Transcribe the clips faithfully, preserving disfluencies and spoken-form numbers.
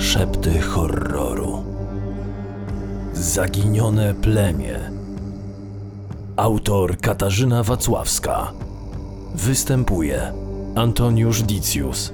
Szepty horroru. Zaginione plemię. Autor Katarzyna Wacławska. Występuje Antoniusz Dicjus.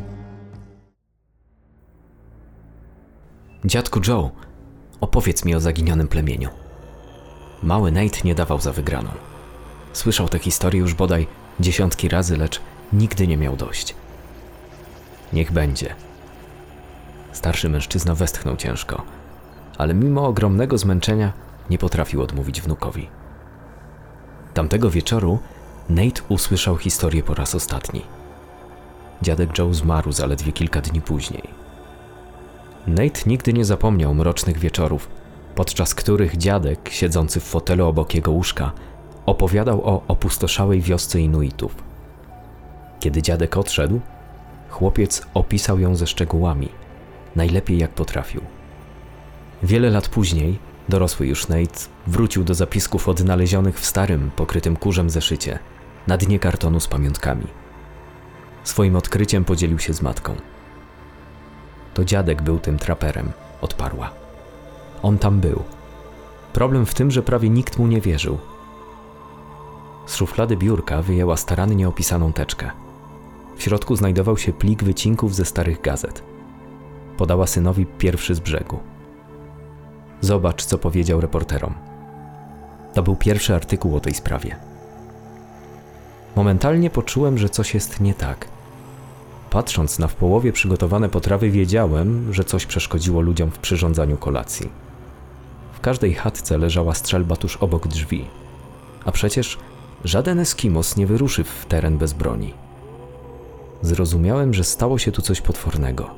Dziadku Joe, opowiedz mi o zaginionym plemieniu. Mały Nate nie dawał za wygraną. Słyszał tę historię już bodaj dziesiątki razy, lecz nigdy nie miał dość. Niech będzie. Starszy mężczyzna westchnął ciężko, ale mimo ogromnego zmęczenia nie potrafił odmówić wnukowi. Tamtego wieczoru Nate usłyszał historię po raz ostatni. Dziadek Joe zmarł zaledwie kilka dni później. Nate nigdy nie zapomniał mrocznych wieczorów, podczas których dziadek, siedzący w fotelu obok jego łóżka, opowiadał o opustoszałej wiosce Inuitów. Kiedy dziadek odszedł, chłopiec opisał ją ze szczegółami, najlepiej jak potrafił. Wiele lat później, dorosły już Nate wrócił do zapisków odnalezionych w starym, pokrytym kurzem zeszycie, na dnie kartonu z pamiątkami. Swoim odkryciem podzielił się z matką. To dziadek był tym traperem, odparła. On tam był. Problem w tym, że prawie nikt mu nie wierzył. Z szuflady biurka wyjęła starannie opisaną teczkę. W środku znajdował się plik wycinków ze starych gazet. Podała synowi pierwszy z brzegu. Zobacz, co powiedział reporterom. To był pierwszy artykuł o tej sprawie. Momentalnie poczułem, że coś jest nie tak. Patrząc na w połowie przygotowane potrawy, wiedziałem, że coś przeszkodziło ludziom w przyrządzaniu kolacji. W każdej chatce leżała strzelba tuż obok drzwi, a przecież żaden Eskimos nie wyruszy w teren bez broni. Zrozumiałem, że stało się tu coś potwornego.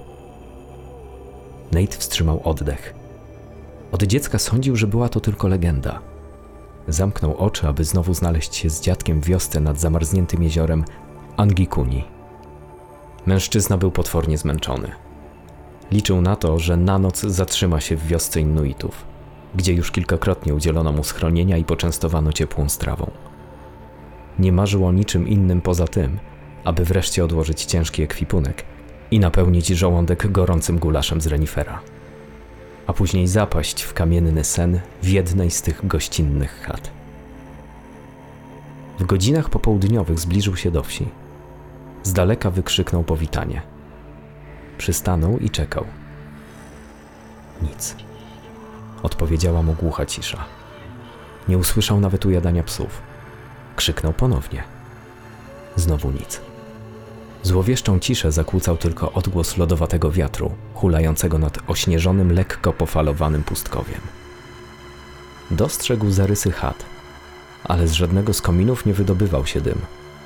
Nate wstrzymał oddech. Od dziecka sądził, że była to tylko legenda. Zamknął oczy, aby znowu znaleźć się z dziadkiem w wiosce nad zamarzniętym jeziorem Angikuni. Mężczyzna był potwornie zmęczony. Liczył na to, że na noc zatrzyma się w wiosce Inuitów, gdzie już kilkakrotnie udzielono mu schronienia i poczęstowano ciepłą strawą. Nie marzył o niczym innym poza tym, aby wreszcie odłożyć ciężki ekwipunek i napełnić żołądek gorącym gulaszem z renifera, a później zapaść w kamienny sen w jednej z tych gościnnych chat. W godzinach popołudniowych zbliżył się do wsi. Z daleka wykrzyknął powitanie. Przystanął i czekał. Nic. Odpowiedziała mu głucha cisza. Nie usłyszał nawet ujadania psów. Krzyknął ponownie. Znowu nic. Złowieszczą ciszę zakłócał tylko odgłos lodowatego wiatru, hulającego nad ośnieżonym, lekko pofalowanym pustkowiem. Dostrzegł zarysy chat, ale z żadnego z kominów nie wydobywał się dym.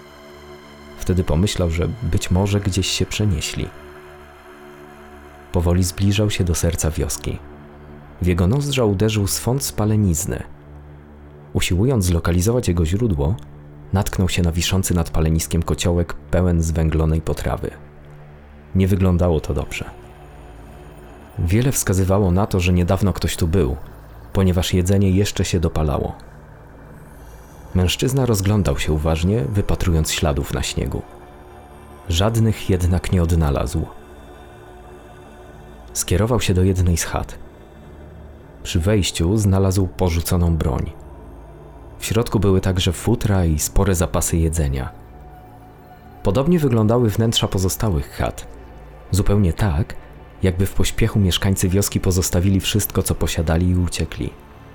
Wtedy pomyślał, że być może gdzieś się przenieśli. Powoli zbliżał się do serca wioski. W jego nozdrza uderzył swąd spalenizny. Usiłując zlokalizować jego źródło, natknął się na wiszący nad paleniskiem kociołek pełen zwęglonej potrawy. Nie wyglądało to dobrze. Wiele wskazywało na to, że niedawno ktoś tu był, ponieważ jedzenie jeszcze się dopalało. Mężczyzna rozglądał się uważnie, wypatrując śladów na śniegu. Żadnych jednak nie odnalazł. Skierował się do jednej z chat. Przy wejściu znalazł porzuconą broń. W środku były także futra i spore zapasy jedzenia. Podobnie wyglądały wnętrza pozostałych chat. Zupełnie tak, jakby w pośpiechu mieszkańcy wioski pozostawili wszystko, co posiadali i uciekli.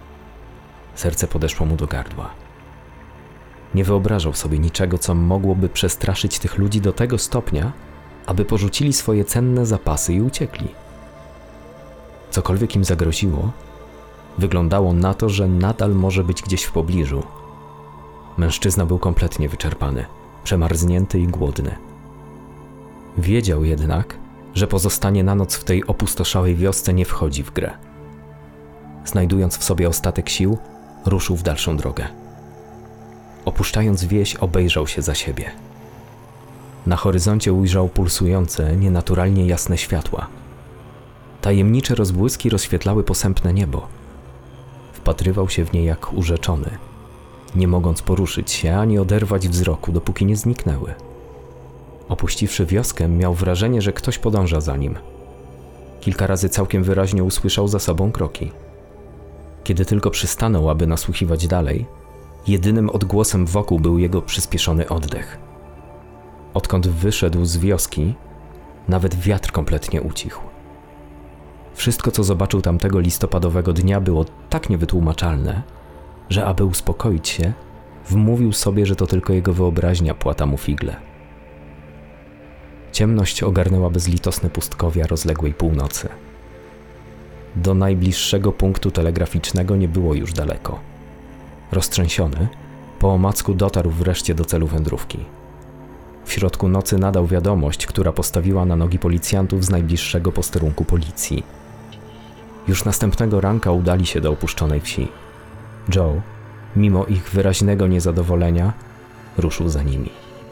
Serce podeszło mu do gardła. Nie wyobrażał sobie niczego, co mogłoby przestraszyć tych ludzi do tego stopnia, aby porzucili swoje cenne zapasy i uciekli. Cokolwiek im zagroziło, wyglądało na to, że nadal może być gdzieś w pobliżu. Mężczyzna był kompletnie wyczerpany, przemarznięty i głodny. Wiedział jednak, że pozostanie na noc w tej opustoszałej wiosce nie wchodzi w grę. Znajdując w sobie ostatek sił, ruszył w dalszą drogę. Opuszczając wieś, obejrzał się za siebie. Na horyzoncie ujrzał pulsujące, nienaturalnie jasne światła. Tajemnicze rozbłyski rozświetlały posępne niebo. Wpatrywał się w nie jak urzeczony, nie mogąc poruszyć się ani oderwać wzroku, dopóki nie zniknęły. Opuściwszy wioskę, miał wrażenie, że ktoś podąża za nim. Kilka razy całkiem wyraźnie usłyszał za sobą kroki. Kiedy tylko przystanął, aby nasłuchiwać dalej, jedynym odgłosem wokół był jego przyspieszony oddech. Odkąd wyszedł z wioski, nawet wiatr kompletnie ucichł. Wszystko, co zobaczył tamtego listopadowego dnia, było tak niewytłumaczalne, że aby uspokoić się, wmówił sobie, że to tylko jego wyobraźnia płata mu figle. Ciemność ogarnęła bezlitosne pustkowia rozległej północy. Do najbliższego punktu telegraficznego nie było już daleko. Roztrzęsiony, po omacku dotarł wreszcie do celu wędrówki. W środku nocy nadał wiadomość, która postawiła na nogi policjantów z najbliższego posterunku policji. Już następnego ranka udali się do opuszczonej wsi. Joe, mimo ich wyraźnego niezadowolenia, ruszył za nimi.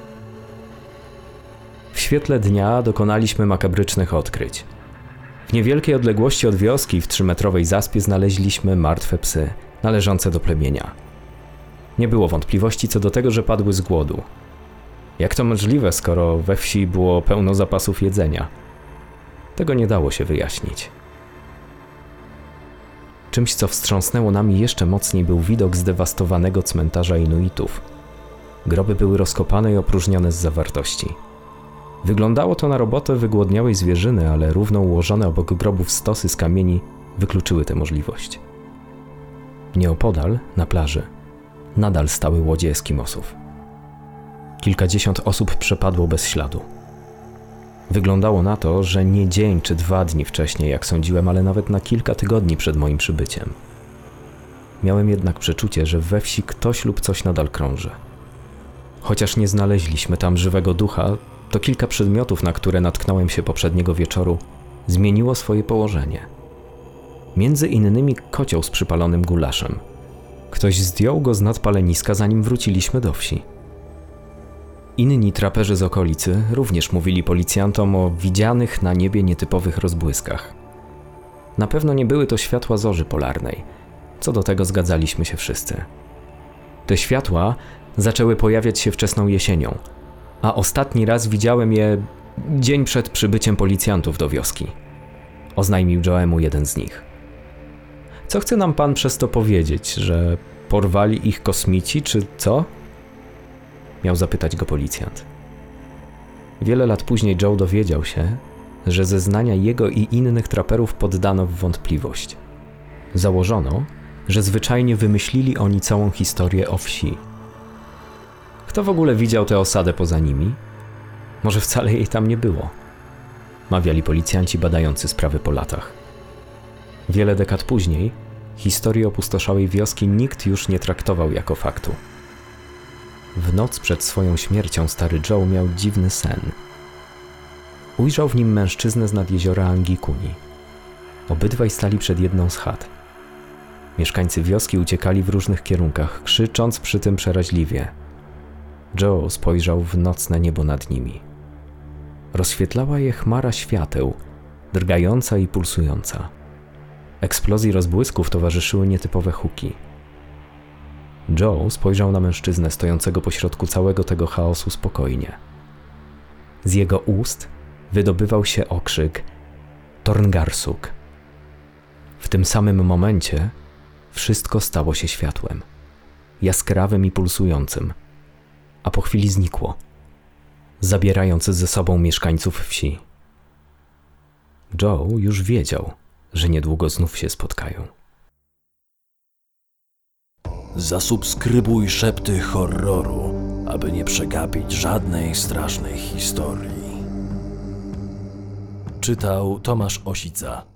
W świetle dnia dokonaliśmy makabrycznych odkryć. W niewielkiej odległości od wioski, w trzymetrowej zaspie, znaleźliśmy martwe psy, należące do plemienia. Nie było wątpliwości co do tego, że padły z głodu. Jak to możliwe, skoro we wsi było pełno zapasów jedzenia? Tego nie dało się wyjaśnić. Czymś, co wstrząsnęło nami jeszcze mocniej, był widok zdewastowanego cmentarza Inuitów. Groby były rozkopane i opróżnione z zawartości. Wyglądało to na robotę wygłodniałej zwierzyny, ale równo ułożone obok grobów stosy z kamieni wykluczyły tę możliwość. Nieopodal, na plaży, nadal stały łodzie Eskimosów. Kilkadziesiąt osób przepadło bez śladu. Wyglądało na to, że nie dzień czy dwa dni wcześniej, jak sądziłem, ale nawet na kilka tygodni przed moim przybyciem. Miałem jednak przeczucie, że we wsi ktoś lub coś nadal krąży. Chociaż nie znaleźliśmy tam żywego ducha, to kilka przedmiotów, na które natknąłem się poprzedniego wieczoru, zmieniło swoje położenie. Między innymi kocioł z przypalonym gulaszem. Ktoś zdjął go z nadpaleniska, zanim wróciliśmy do wsi. Inni traperzy z okolicy również mówili policjantom o widzianych na niebie nietypowych rozbłyskach. Na pewno nie były to światła zorzy polarnej. Co do tego zgadzaliśmy się wszyscy. Te światła zaczęły pojawiać się wczesną jesienią, a ostatni raz widziałem je dzień przed przybyciem policjantów do wioski. Oznajmił Joemu jeden z nich. Co chce nam pan przez to powiedzieć, że porwali ich kosmici, czy co? Miał zapytać go policjant. Wiele lat później Joe dowiedział się, że zeznania jego i innych traperów poddano w wątpliwość. Założono, że zwyczajnie wymyślili oni całą historię o wsi. Kto w ogóle widział tę osadę poza nimi? Może wcale jej tam nie było? Mawiali policjanci badający sprawy po latach. Wiele dekad później historię opustoszałej wioski nikt już nie traktował jako faktu. W noc przed swoją śmiercią stary Joe miał dziwny sen. Ujrzał w nim mężczyznę z nad jeziora Angikuni. Obydwaj stali przed jedną z chat. Mieszkańcy wioski uciekali w różnych kierunkach, krzycząc przy tym przeraźliwie. Joe spojrzał w nocne niebo nad nimi. Rozświetlała je chmara świateł, drgająca i pulsująca. Eksplozji rozbłysków towarzyszyły nietypowe huki. Joe spojrzał na mężczyznę stojącego pośrodku całego tego chaosu spokojnie. Z jego ust wydobywał się okrzyk Torngarsuk. W tym samym momencie wszystko stało się światłem, jaskrawym i pulsującym, a po chwili znikło, zabierając ze sobą mieszkańców wsi. Joe już wiedział, że niedługo znów się spotkają. Zasubskrybuj Szepty Horroru, aby nie przegapić żadnej strasznej historii. Czytał Tomasz Osica.